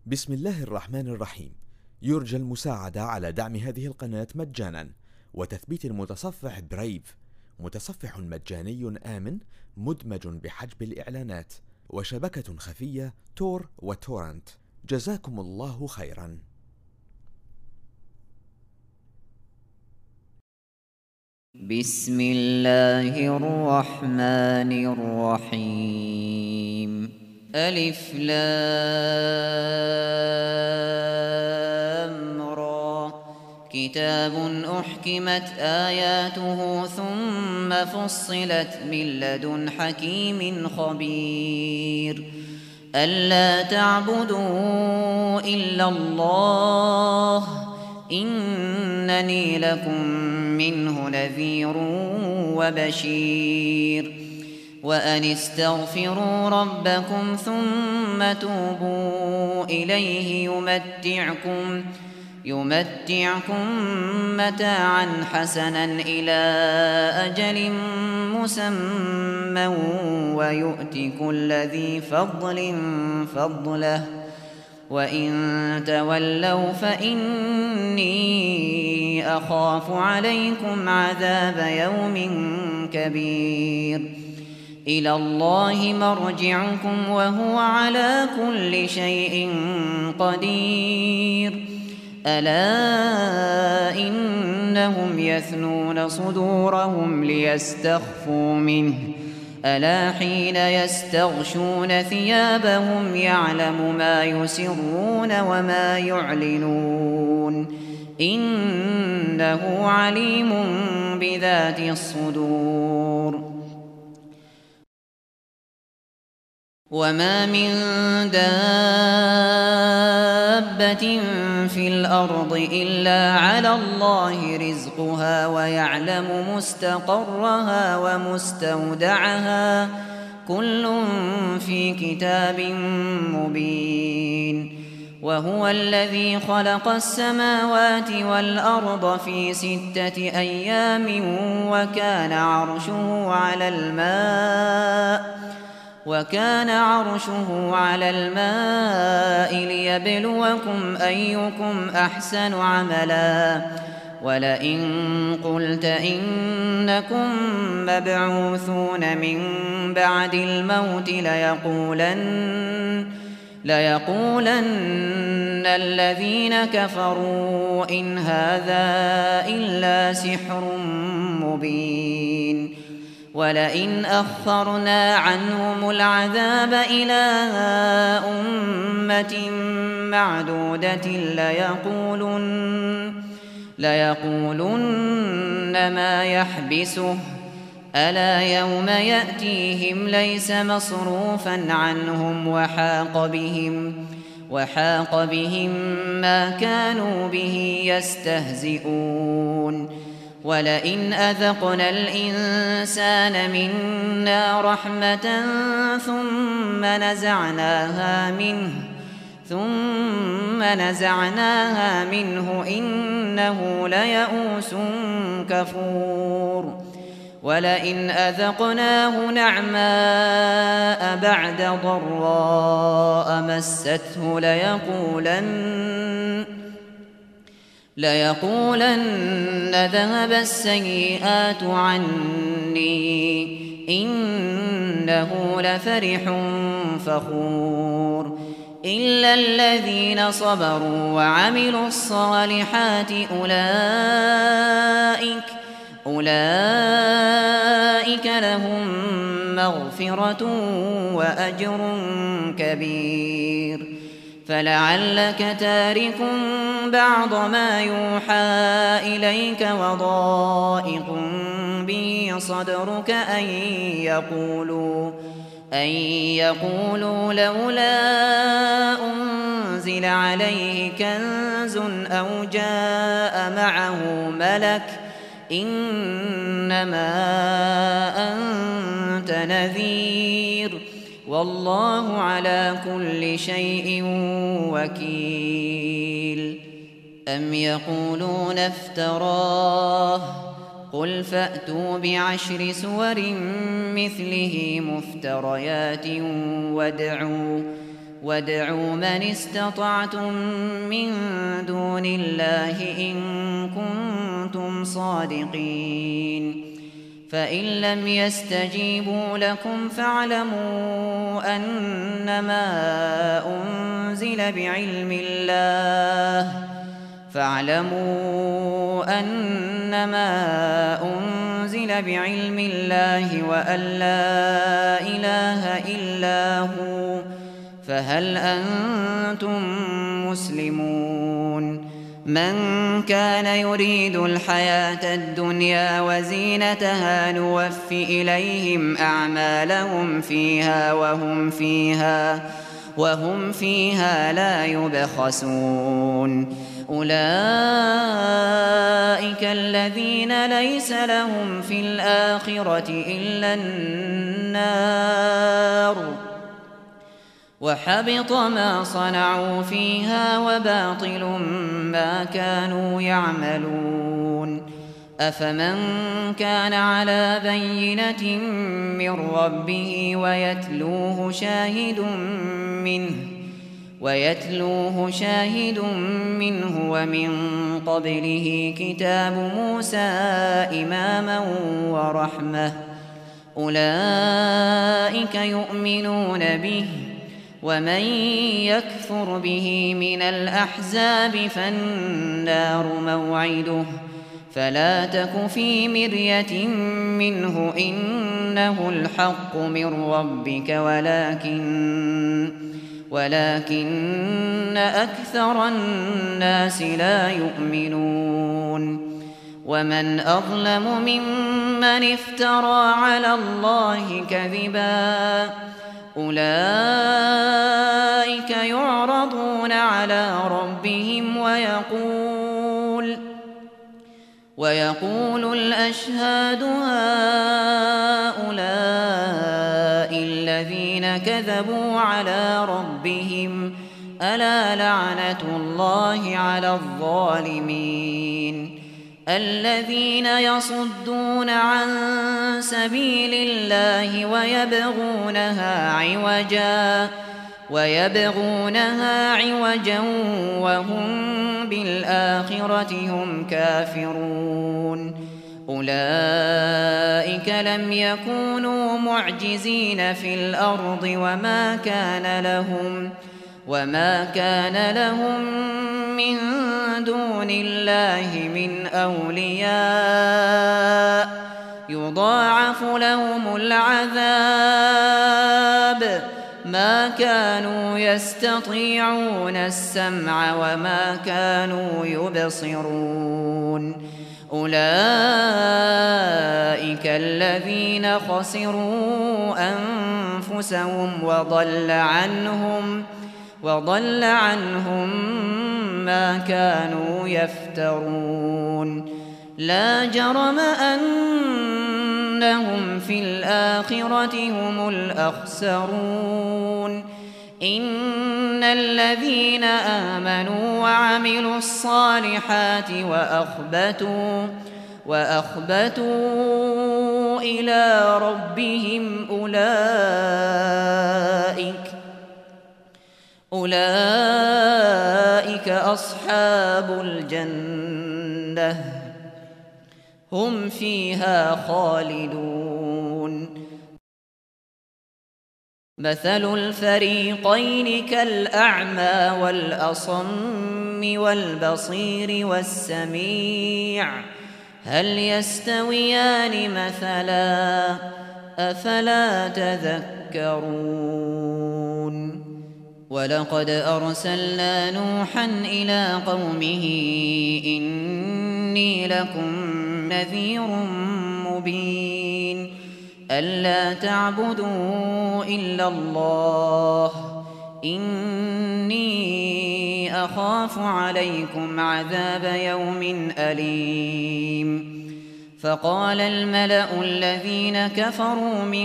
بسم الله الرحمن الرحيم. يرجى المساعدة على دعم هذه القناة مجانا وتثبيت المتصفح برايف، متصفح مجاني آمن مدمج بحجب الإعلانات وشبكة خفية تور وتورنت. جزاكم الله خيرا. بسم الله الرحمن الرحيم. ألف لام را. كتاب أحكمت آياته ثم فصلت من لدن حكيم خبير. ألا تعبدوا إلا الله إنني لكم منه نذير وبشير. وأن استغفروا ربكم ثم توبوا إليه يمتعكم متاعا حسنا إلى أجل مسمى ويؤت كل ذي فضل فضله وإن تولوا فإني أخاف عليكم عذاب يوم كبير. إلى الله مرجعكم وهو على كل شيء قدير. ألا إنهم يثنون صدورهم ليستخفوا منه ألا حين يستغشون ثيابهم يعلم ما يسرون وما يعلنون إنه عليم بذات الصدور. وما من دابة في الأرض إلا على الله رزقها ويعلم مستقرها ومستودعها كل في كتاب مبين. وهو الذي خلق السماوات والأرض في 6 أيام وكان عرشه على الماء ليبلوكم أيكم أحسن عملا. ولئن قلت إنكم مبعوثون من بعد الموت ليقولن الذين كفروا إن هذا إلا سحر مبين. ولئن أخرنا عنهم العذاب إلى أمة معدودة ليقولن ما يحبسه ألا يوم يأتيهم ليس مصروفا عنهم وحاق بهم ما كانوا به يستهزئون. ولئن أذقنا الإنسان منا رحمة ثم نزعناها منه إنه ليئوس كفور. ولئن أذقناه نعماء بعد ضراء مسته ليقولن ذهب السيئات عني إنه لفرح فخور. إلا الذين صبروا وعملوا الصالحات أولئك لهم مغفرة وأجر كبير. فلعلك تارك بعض ما يوحى إليك وضائق به صدرك أن يقولوا لولا أنزل عليه كنز أو جاء معه ملك إنما أنت نذير والله على كل شيء وكيل. أم يقولون افتراه قل فأتوا ب10 سور مثله مفتريات وادعوا من استطعتم من دون الله إن كنتم صادقين فإن لم يستجيبوا لكم فاعلموا أنما أنزل بعلم الله وأن لا إله إلا هو فهل أنتم مسلمون من كان يريد الحياة الدنيا وزينتها نوف إليهم أعمالهم فيها وهم فيها لا يبخسون أولئك الذين ليس لهم في الآخرة إلا النار وحبط ما صنعوا فيها وباطل ما كانوا يعملون أفمن كان على بينة من ربه ويتلوه شاهد منه ومن قبله كتاب موسى إماما ورحمة أولئك يؤمنون به ومن يكفر به من الأحزاب فالنار موعده فلا تك في مرية منه إنه الحق من ربك ولكن أكثر الناس لا يؤمنون ومن أظلم ممن افترى على الله كذبا أولئك يعرضون على ربهم ويقول الأشهاد هؤلاء الذين كذبوا على ربهم ألا لعنة الله على الظالمين الذين يصدون عن سبيل الله ويبغونها عوجا وهم بالآخرة هم كافرون أولئك لم يكونوا معجزين في الأرض وما كان لهم من دون الله من أولياء يضاعف لهم العذاب ما كانوا يستطيعون السمع وما كانوا يبصرون أولئك الذين خسروا أنفسهم وضل عنهم ما كانوا يفترون لا جرم أنهم في الآخرة هم الأخسرون إن الذين آمنوا وعملوا الصالحات وأخبتوا إلى ربهم أولئك أصحاب الجنة هم فيها خالدون مثل الفريقين كالأعمى والأصم والبصير والسميع هل يستويان مثلا أفلا تذكرون ولقد أرسلنا نوحا إلى قومه إني لكم نذير مبين ألا تعبدوا إلا الله إني أخاف عليكم عذاب يوم أليم فقال الملأ الذين كفروا من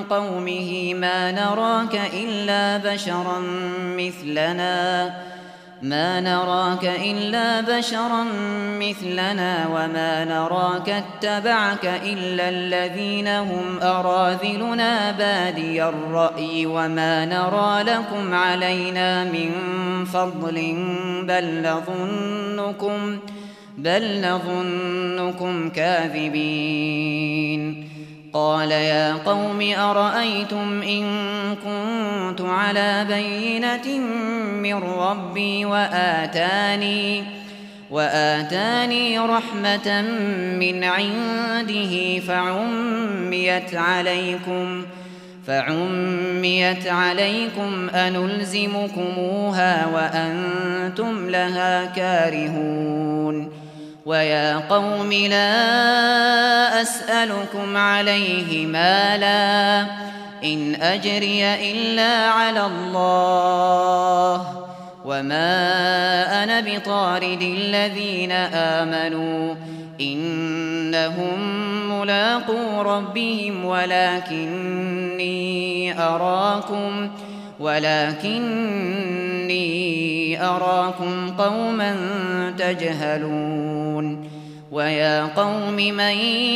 قومه ما نراك إلا بشرا مثلنا ما نراك إلا بشرا مثلنا وما نراك اتبعك إلا الذين هم أراذلنا بادي الرأي وما نرى لكم علينا من فضل بل نظنكم كاذبين. قال يا قوم أرأيتم إن كنت على بينة من ربي وآتاني رحمة من عنده فعميت عليكم أنلزمكموها وأنتم لها كارهون. ويا قوم لا أسألكم عليه مالا إن أجري إلا على الله وما أنا بطارد الذين آمنوا إنهم ملاقو ربهم ولكني أراكم قوما تجهلون. ويا قوم من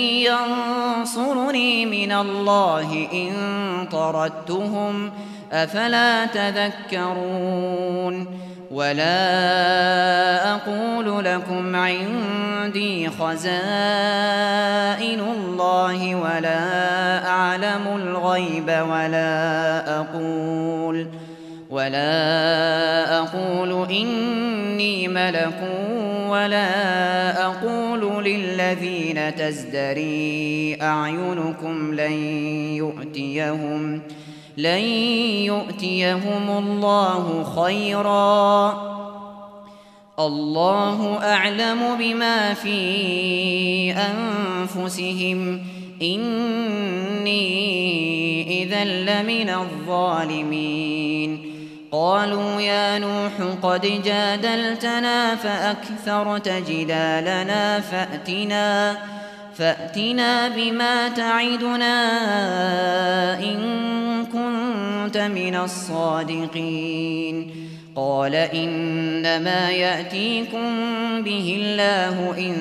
ينصرني من الله إن طردتهم أفلا تذكرون. ولا أقول لكم عندي خزائن الله ولا أعلم الغيب ولا أقول إني ملك ولا أقول للذين تزدري أعينكم لن يؤتيهم الله خيرا الله أعلم بما في أنفسهم إني إذا لمن الظالمين. قالوا يا نوح قد جادلتنا فأكثرت جدالنا فأتنا بما تعدنا إن كنت من الصادقين. قال إنما يأتيكم به الله إن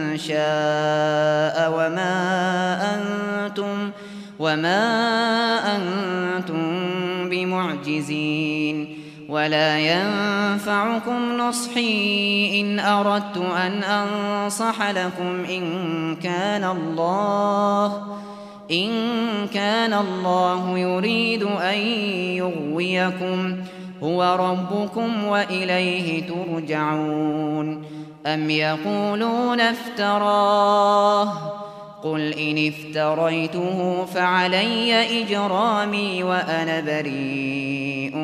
شاء وما أنتم بمعجزين. ولا ينفعكم نصحي إن أردت أن أنصح لكم إن كان الله يريد أن يغويكم هو ربكم وإليه ترجعون. أم يقولون افتراه قل إن افتريته فعلي إجرامي وأنا بريء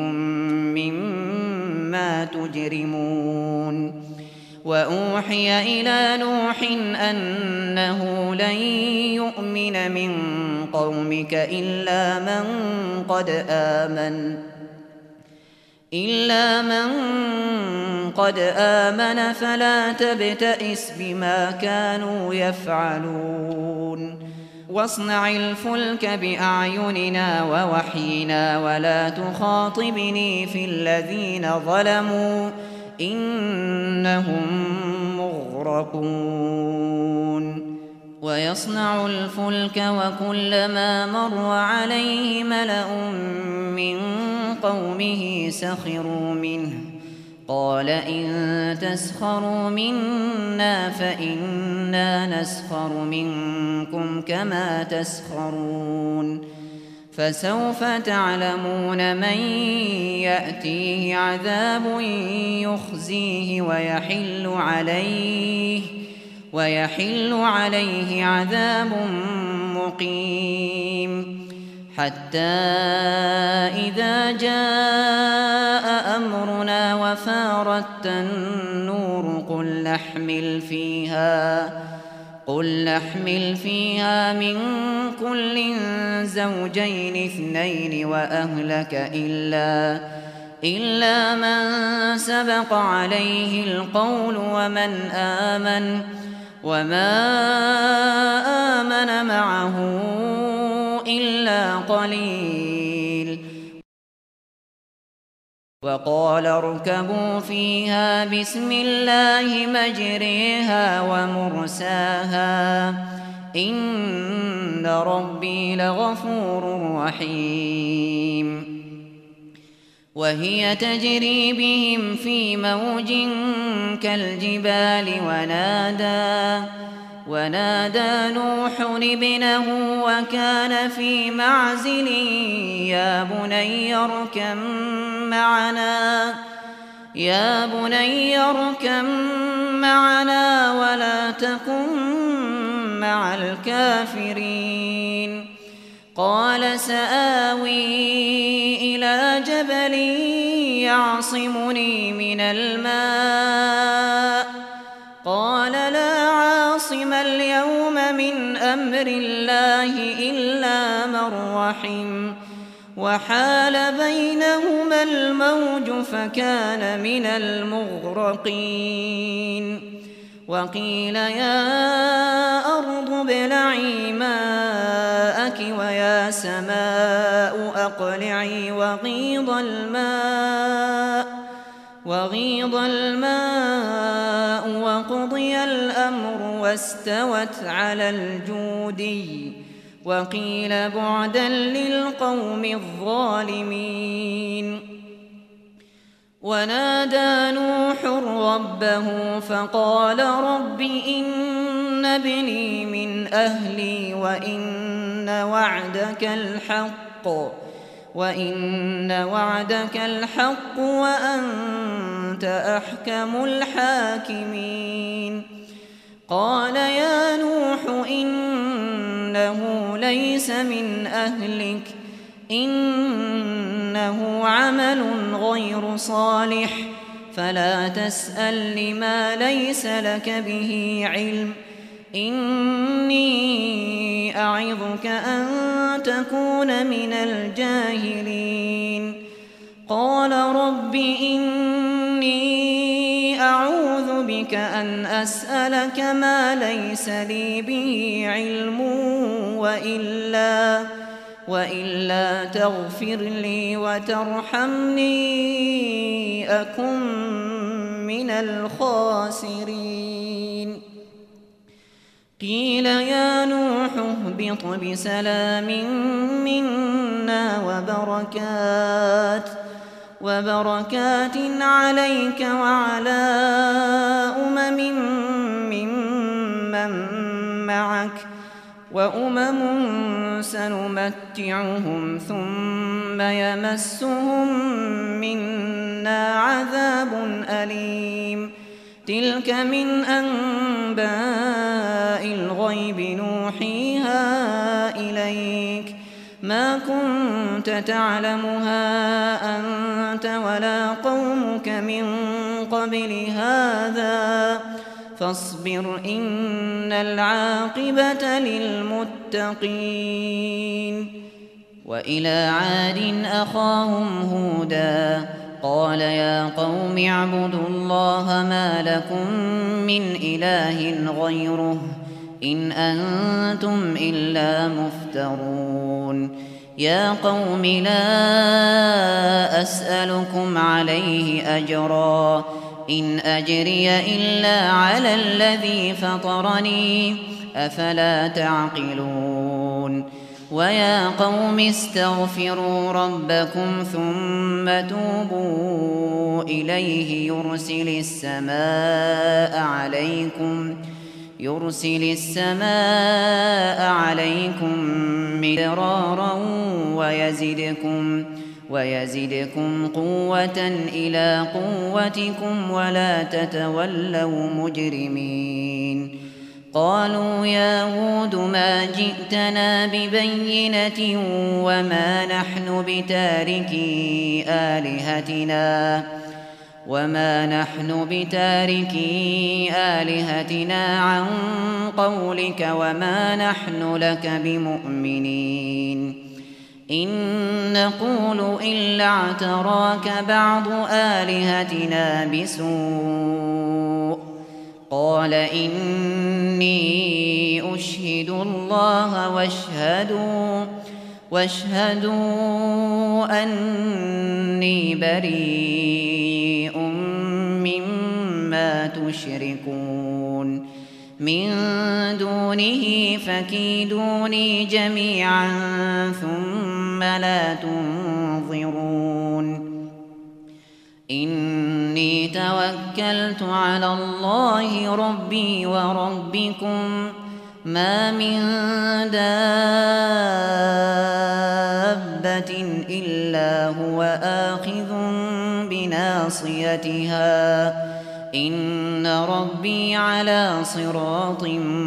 مما تجرمون. وأوحي إلى نوح أنه لن يؤمن من قومك إلا من قد آمن فلا تبتئس بما كانوا يفعلون. واصنع الفلك بأعيننا ووحينا ولا تخاطبني في الذين ظلموا إنهم مغرقون. ويصنع الفلك وكلما مر عليه ملأ من قومه سخروا منه قال إن تسخروا منا فإنا نسخر منكم كما تسخرون. فسوف تعلمون من يأتيه عذاب يخزيه ويحل عليه عذاب مقيم. حتى إذا جاء أمرنا وفارت النور قل نحمل فيها من كل زوجين اثنين وأهلك إلا من سبق عليه القول وما آمن معه إلا قليل. وقال اركبوا فيها بسم الله مجريها ومرساها إن ربي لغفور رحيم وهي تجري بهم في موج كالجبال ونادى نوح ابنه وكان في معزل يا بني اركم معنا ولا تكن مع الكافرين قال سآوي إلى جبل يعصمني من الماء قال لا عاصم اليوم من أمر الله إلا من رحم وحال بينهما الموج فكان من المغرقين وقيل يا أرض ابلعي ماءك ويا سماء أقلعي وغيض الماء وقضي الأمر واستوت على الجودي وقيل بعدا للقوم الظالمين ونادى نوح ربه فقال رب إن ابني من أهلي وإن وعدك الحق وأنت أحكم الحاكمين قال يا نوح إنه ليس من أهلك إنه عمل غير صالح فلا تسأل لما ليس لك به علم إني أعظك أن تكون من الجاهلين قال رب إني أعوذ بك أن أسألك ما ليس لي به علم وإلا تغفر لي وترحمني أكن من الخاسرين قيل يا نوح اهبط بسلام منا وبركات عليك وعلى ممن معك وأمم سنمتعهم ثم يمسهم منا عذاب أليم تلك من أنباء الغيب نوحيها إليك ما كنت تعلمها أنت ولا قومك من قبل هذا فاصبر إن العاقبة للمتقين وإلى عاد أخاهم هودا قال يا قوم اعبدوا الله ما لكم من إله غيره إن أنتم إلا مفترون يا قوم لا أسألكم عليه أجرا إن أجري إلا على الذي فطرني أفلا تعقلون ويا قوم استغفروا ربكم ثم توبوا إليه يرسل السماء عليكم مدرارا ويزدكم قوة إلى قوتكم ولا تتولوا مجرمين قالوا يا هود ما جئتنا ببينة وما نحن بتاركي آلهتنا عن قولك وما نحن لك بمؤمنين إن نقول إلا اعتراك بعض آلهتنا بسوء قال إني أشهد الله واشهدوا أني بريء مما تشركون من دونه فكيدوني جميعا ثم لا تنظرون إني توكلت على الله ربي وربكم ما من دابة إلا هو آخذ بناصيتها إن ربي على صراط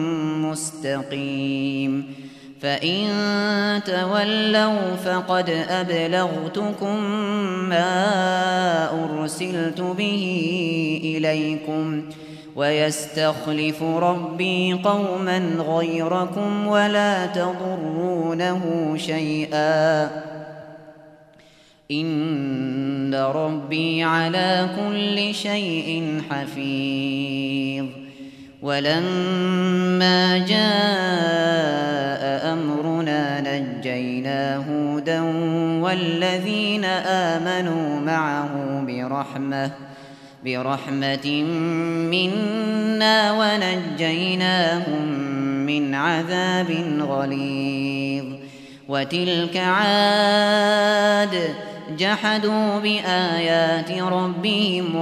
مستقيم فإن تولوا فقد أبلغتكم ما أرسلت به إليكم ويستخلف ربي قوما غيركم ولا تضرونه شيئا إن ربي على كل شيء حفيظ ولما جاء أمرنا نجينا هودا والذين آمنوا معه برحمة منا ونجيناهم من عذاب غليظ وتلك عاد جحدوا بآيات ربهم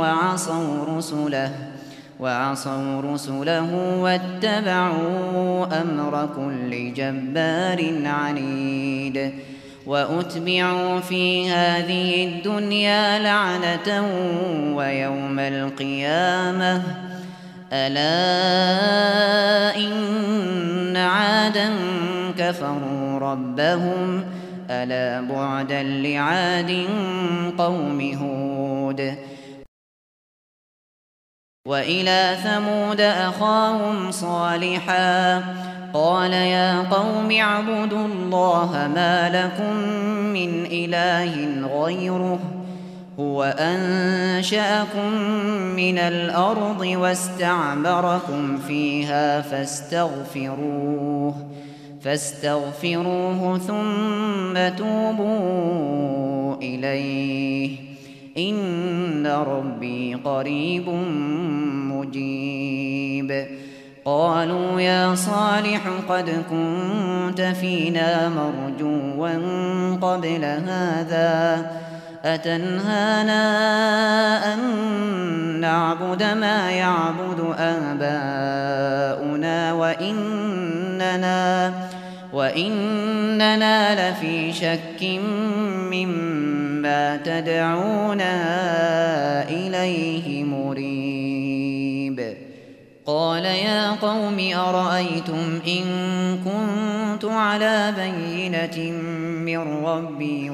وعصوا رسله واتبعوا أمر كل جبار عنيد وأتبعوا في هذه الدنيا لعنة ويوم القيامة ألا إن عادا كفروا ربهم ألا بعدا لعاد قوم هود وإلى ثمود أخاهم صالحا قال يا قوم اعبدوا الله ما لكم من إله غيره هو أنشأكم من الأرض واستعمركم فيها فاستغفروه ثم توبوا إليه إن ربي قريب مجيب قالوا يا صالح قد كنت فينا مرجوا قبل هذا أتنهانا أن نعبد ما يعبد آباؤنا وإننا لفي شك مما تدعونا إليه مريب قال يا قوم أرأيتم إن كنت على بينة من ربي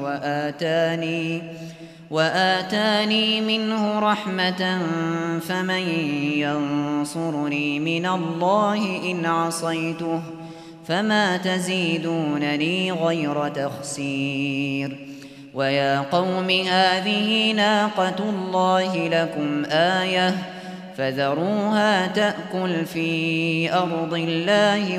وآتاني منه رحمة فمن ينصرني من الله إن عصيته فما تزيدونني غير تخسير ويا قوم هذه ناقة الله لكم آية فذروها تأكل في أرض الله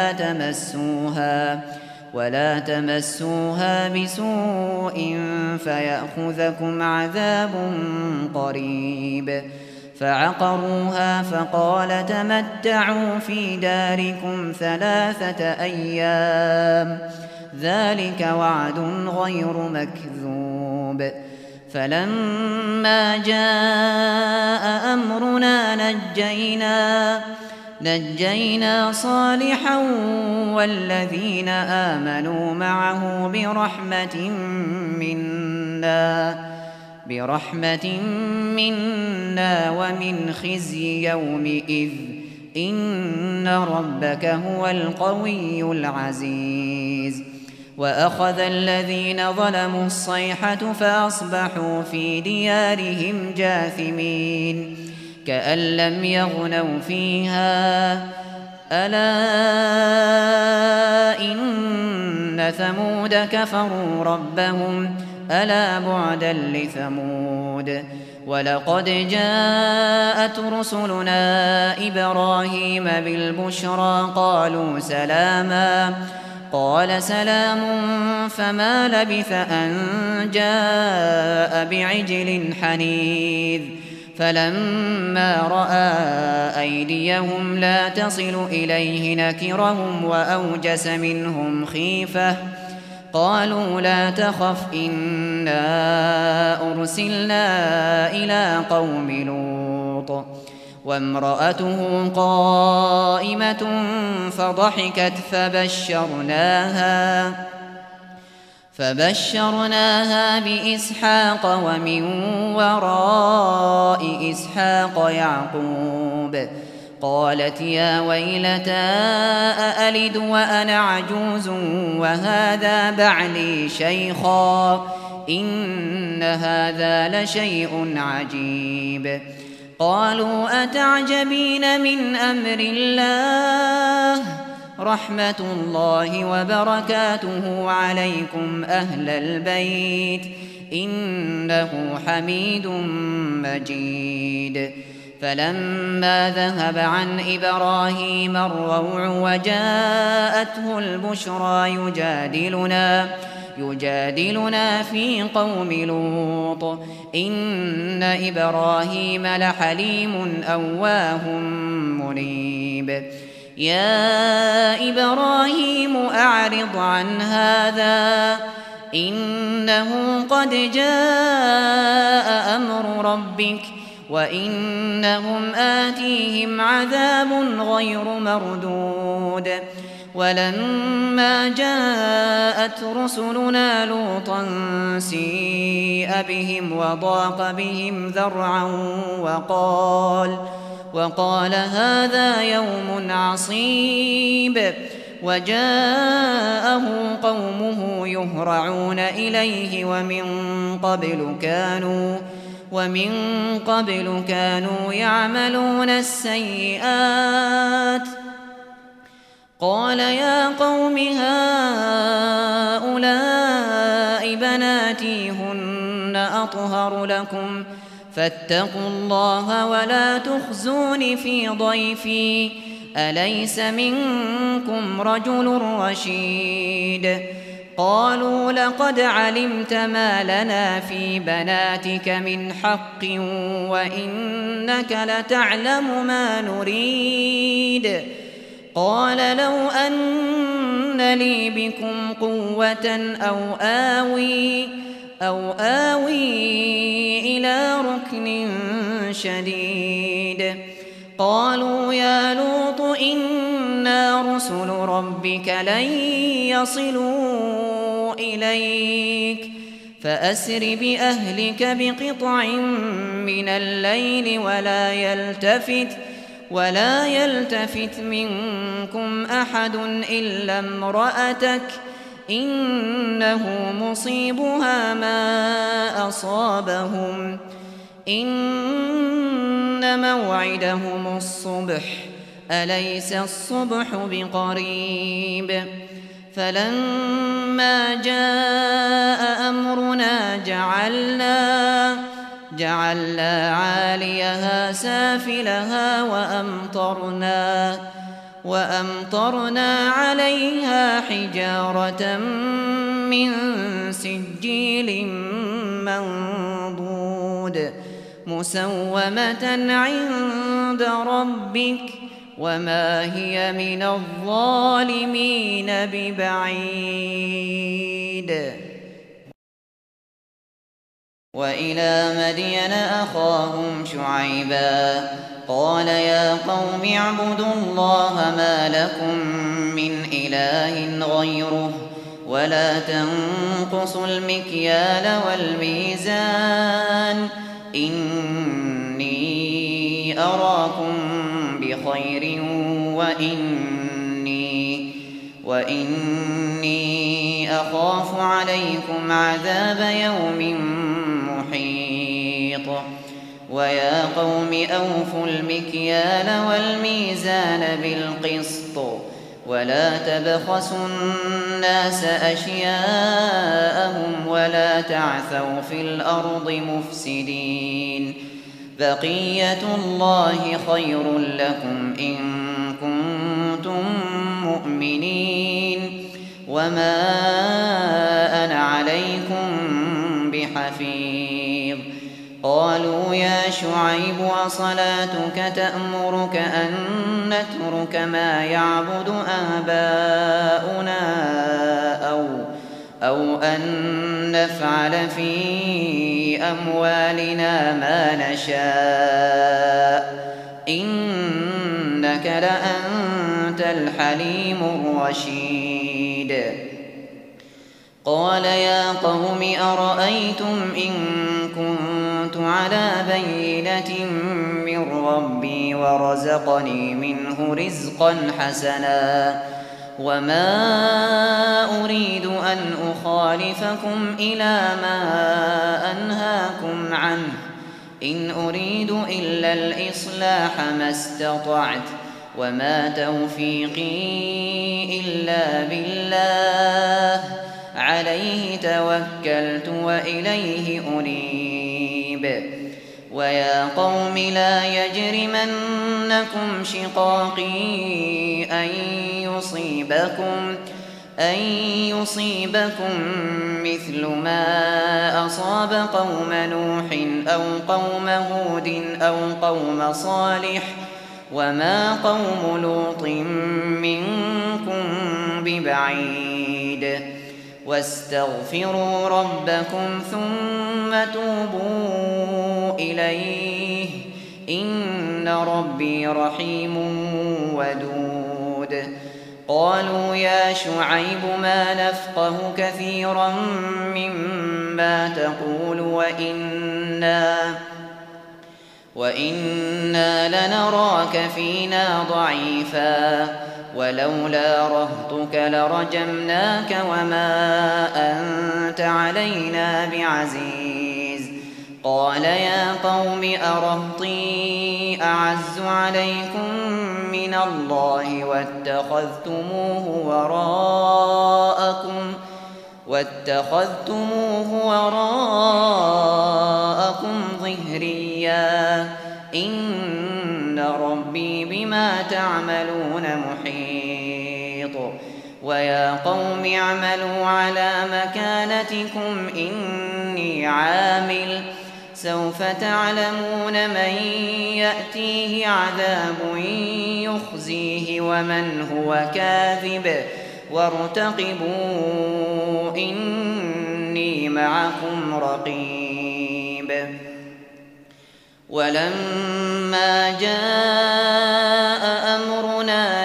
ولا تمسوها بسوء فيأخذكم عذاب قريب فعقروها فقال تمتعوا في داركم 3 أيام ذلك وعد غير مكذوب فلما جاء أمرنا نجينا صالحا والذين آمنوا معه برحمة منا ومن خزي يومئذ إن ربك هو القوي العزيز وأخذ الذين ظلموا الصيحة فأصبحوا في ديارهم جاثمين كأن لم يغنوا فيها ألا إن ثمود كفروا ربهم ألا بعدا لثمود ولقد جاءت رسلنا إبراهيم بالبشرى قالوا سلاما قال سلام فما لبث أن جاء بعجل حنيذ فلما رأى أيديهم لا تصل إليه نكرهم وأوجس منهم خيفة قالوا لا تخف إنا أرسلنا إلى قوم لوط وامرأته قائمة فضحكت فبشرناها بإسحاق ومن وراء إسحاق يعقوب قالت يا ويلتى أألد وأنا عجوز وهذا بعلي شيخا إن هذا لشيء عجيب قالوا أتعجبين من أمر الله رحمة الله وبركاته عليكم أهل البيت إنه حميد مجيد فلما ذهب عن إبراهيم الروع وجاءته البشرى يجادلنا في قوم لوط إن إبراهيم لحليم أواه منيب يا إبراهيم أعرض عن هذا إنه قد جاء أمر ربك وإنهم آتيهم عذاب غير مردود ولما جاءت رسلنا لوطا سيء بهم وضاق بهم ذرعا وقال هذا يوم عصيب وجاءه قومه يهرعون إليه ومن قبل كانوا يعملون السيئات قال يا قوم هؤلاء بناتي هن أطهر لكم فاتقوا الله ولا تخزون في ضيفي أليس منكم رجل رشيد قالوا لقد علمت ما لنا في بناتك من حق وإنك لتعلم ما نريد قال لو أن لي بكم قوة أو آوي إلى ركن شديد قالوا يا لوط إنا رسل ربك لن يصلوا إليك فأسر بأهلك بقطع من الليل ولا يلتفت منكم أحد إلا امرأتك إنه مصيبها ما أصابهم إن موعدهم الصبح أليس الصبح بقريب فلما جاء أمرنا جعلنا عاليها سافلها وأمطرنا عليها حجارة من سجيل منضود مسومة عند ربك وما هي من الظالمين ببعيد وإلى مدين أخاهم شعيبا قال يا قوم اعبدوا الله ما لكم من إله غيره ولا تنقصوا المكيال والميزان إني أراكم بخير وإني أخاف عليكم عذاب يوم محيط ويا قوم أوفوا المكيال والميزان بالقسط ولا تبخسوا الناس أشياءهم ولا تعثوا في الأرض مفسدين بقية الله خير لكم إن كنتم مؤمنين وما أنا عليكم بحفيظ. قالوا يا شعيب أصلاتك تأمرك أن نترك ما يعبد آباؤنا أو أن نفعل في أموالنا ما نشاء إنك لأنت الحليم الرشيد. قال يا قوم أرأيتم إن كنت على بينة من ربي ورزقني منه رزقا حسنا وما أريد أن أخالفكم إلى ما أنهاكم عنه إن أريد إلا الإصلاح ما استطعت وما توفيقي إلا بالله عليه توكلت وإليه أنيب. ويا قوم لا يجرمنكم شقاقي أن يصيبكم مثل ما أصاب قوم نوح أو قوم هود أو قوم صالح وما قوم لوط منكم ببعيد. واستغفروا ربكم ثم توبوا إليه إن ربي رحيم ودود. قالوا يا شعيب ما نفقه كثيرا مما تقول وإنا لنراك فينا ضعيفا ولولا رهطك لرجمناك وما أنت علينا بعزيز. قال يا قوم أرهطي أعز عليكم من الله واتخذتموه وراءكم ظهريا إن ربي بما تعملون محيط. ويا قوم اعملوا على مكانتكم إني عامل سوف تعلمون من يأتيه عذاب يخزيه ومن هو كاذب وارتقبوا إني معكم رقيب. ولما جاء أمرنا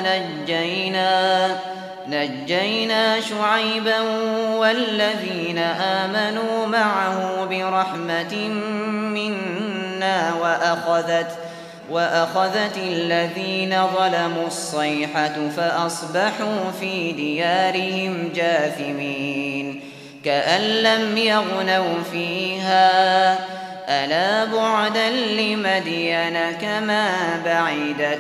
نجينا شعيبا والذين آمنوا معه برحمة منا وأخذت الذين ظلموا الصيحة فأصبحوا في ديارهم جاثمين كأن لم يغنوا فيها ألا بعدا لمدين كما بعدت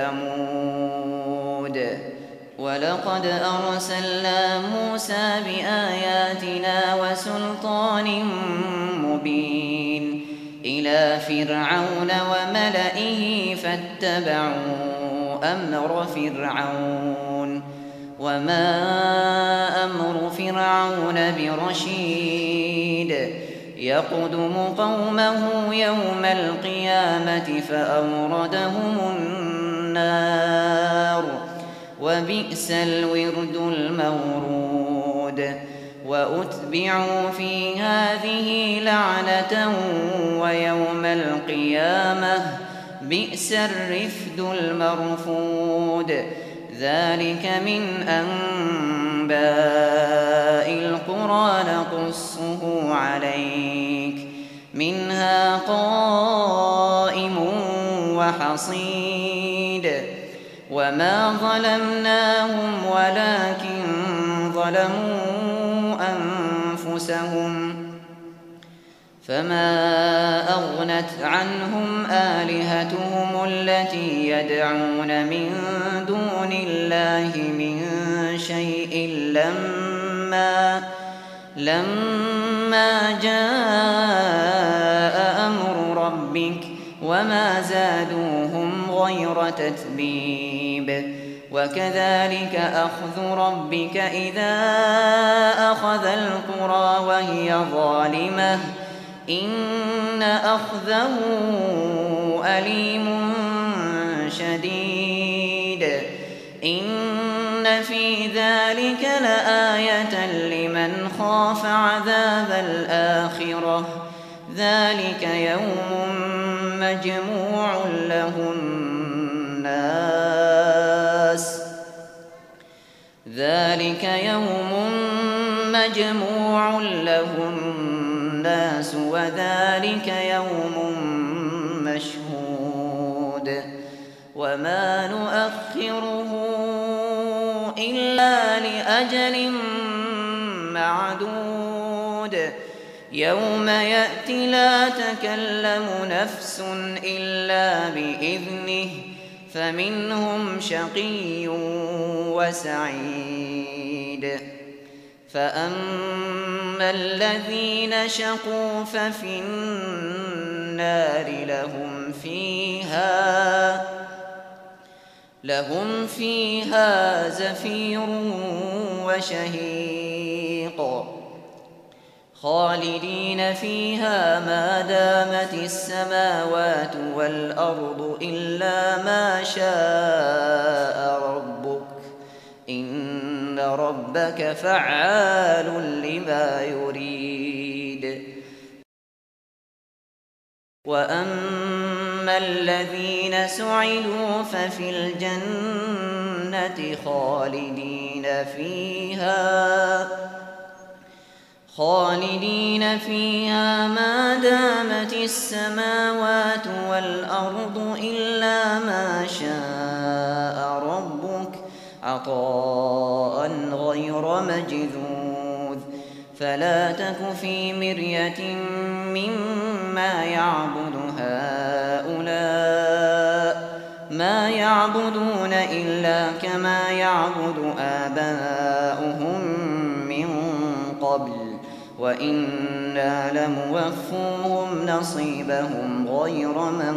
ثمود. ولقد أرسلنا موسى بآياتنا وسلطان مبين إلى فرعون وملئه فاتبعوا أمر فرعون وما أمر فرعون برشيد. يقدم قومه يوم القيامة فأوردهم النار وبئس الورد المورود. وأتبعوا في هذه لعنة ويوم القيامة بئس الرفد المرفود. ذلك من أنباء القرى نقصه عليك منها قائم وحصيد. وما ظلمناهم ولكن ظلموا أنفسهم فما أغنت عنهم آلهتهم التي يدعون من دون الله من شيء لما جاء أمر ربك وما زادوهم غير تتبيب. وكذلك أخذ ربك إذا أخذ القرى وهي ظالمة إن أخذه أليم شديد إن في ذلك لآية لمن خاف عذاب الآخرة ذلك يوم مجموع له الناس وذلك يوم مشهود وما نؤخره إلا لأجل معدود يوم يأتي لا تكلم نفس إلا بإذنه فمنهم شقي وسعيد فأما الذين شقوا ففي النار لهم فيها زفير وشهيق خالدين فيها ما دامت السماوات والأرض إلا ما شاء ربك إن ربك فعال لما يريد وأما الذين سعدوا ففي الجنة خالدين فيها ما دامت السماوات والأرض إلا ما شاء ربك عطاء غير مجذوذ فلا تك في مرية مما يعبد هؤلاء ما يعبدون إلا كما يعبد آباؤهم من قبل وإنا لموفوهم نصيبهم غير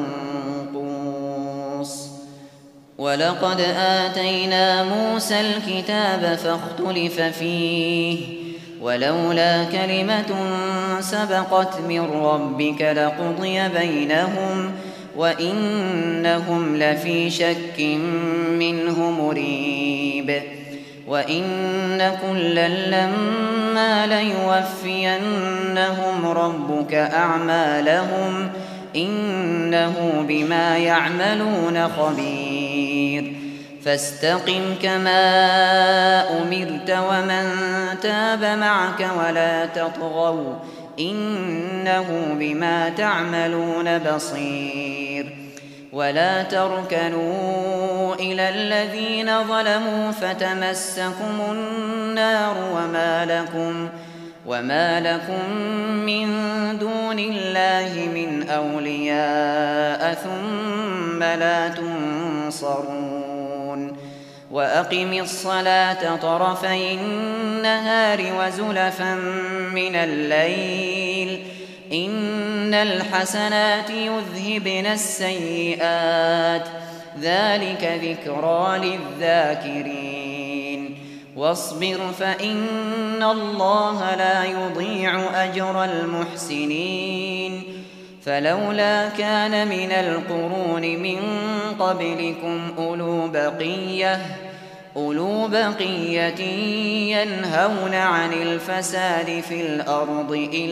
منقوص ولقد آتينا موسى الكتاب فاختلف فيه ولولا كلمة سبقت من ربك لقضي بينهم وإنهم لفي شك منه مريب وإن كلا لما ليوفينهم ربك أعمالهم إنه بما يعملون خبير فاستقم كما أمرت ومن تاب معك ولا تطغوا إنه بما تعملون بصير ولا تركنوا إلى الذين ظلموا فتمسكم النار وما لكم من دون الله من أولياء ثم لا تنصرون وأقم الصلاة طرفي النهار وزلفا من الليل إن الحسنات يذهبن السيئات ذلك ذكرى للذاكرين واصبر فإن الله لا يضيع أجر المحسنين فلولا كان من القرون من قبلكم أولو بقية ينهون عن الفساد في الأرض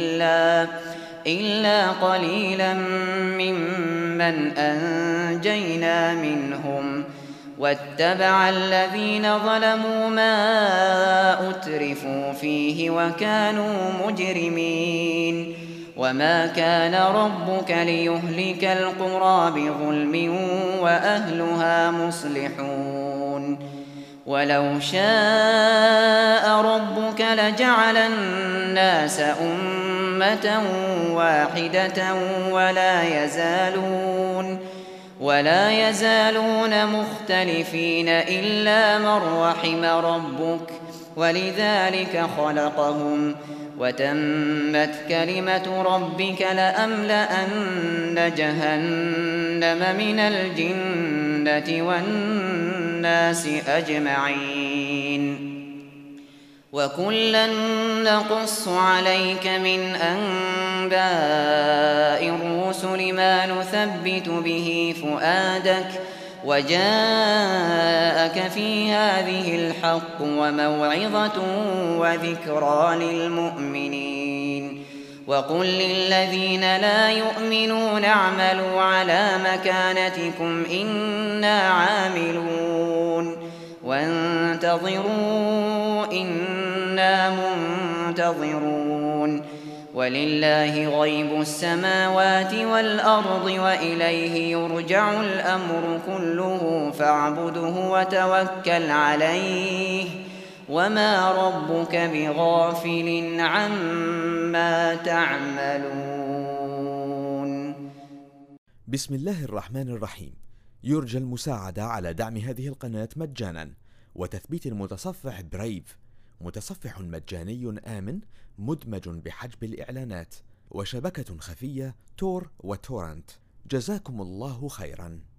إلا قليلا ممن أنجينا منهم واتبع الذين ظلموا ما أترفوا فيه وكانوا مجرمين وما كان ربك ليهلك القرى بظلم وأهلها مصلحون ولو شاء ربك لجعل الناس أمة واحدة ولا يزالون مختلفين إلا من رحم ربك ولذلك خلقهم وتمت كلمة ربك لأملأن جهنم من الجنة والناس الناس أجمعين وكلا نقص عليك من أنباء الرسل ما نثبت به فؤادك وجاءك في هذه الحق وموعظة وذكرى للمؤمنين وقل للذين لا يؤمنون اعملوا على مكانتكم إنا عاملون وانتظروا إنا منتظرون ولله غيب السماوات والأرض وإليه يرجع الأمر كله فاعبده وتوكل عليه وما ربك بغافل عما تعملون. بسم الله الرحمن الرحيم. يرجى المساعدة على دعم هذه القناة مجانا وتثبيت المتصفح برايف، متصفح مجاني آمن مدمج بحجب الإعلانات، وشبكة خفية تور وتورنت. جزاكم الله خيرا.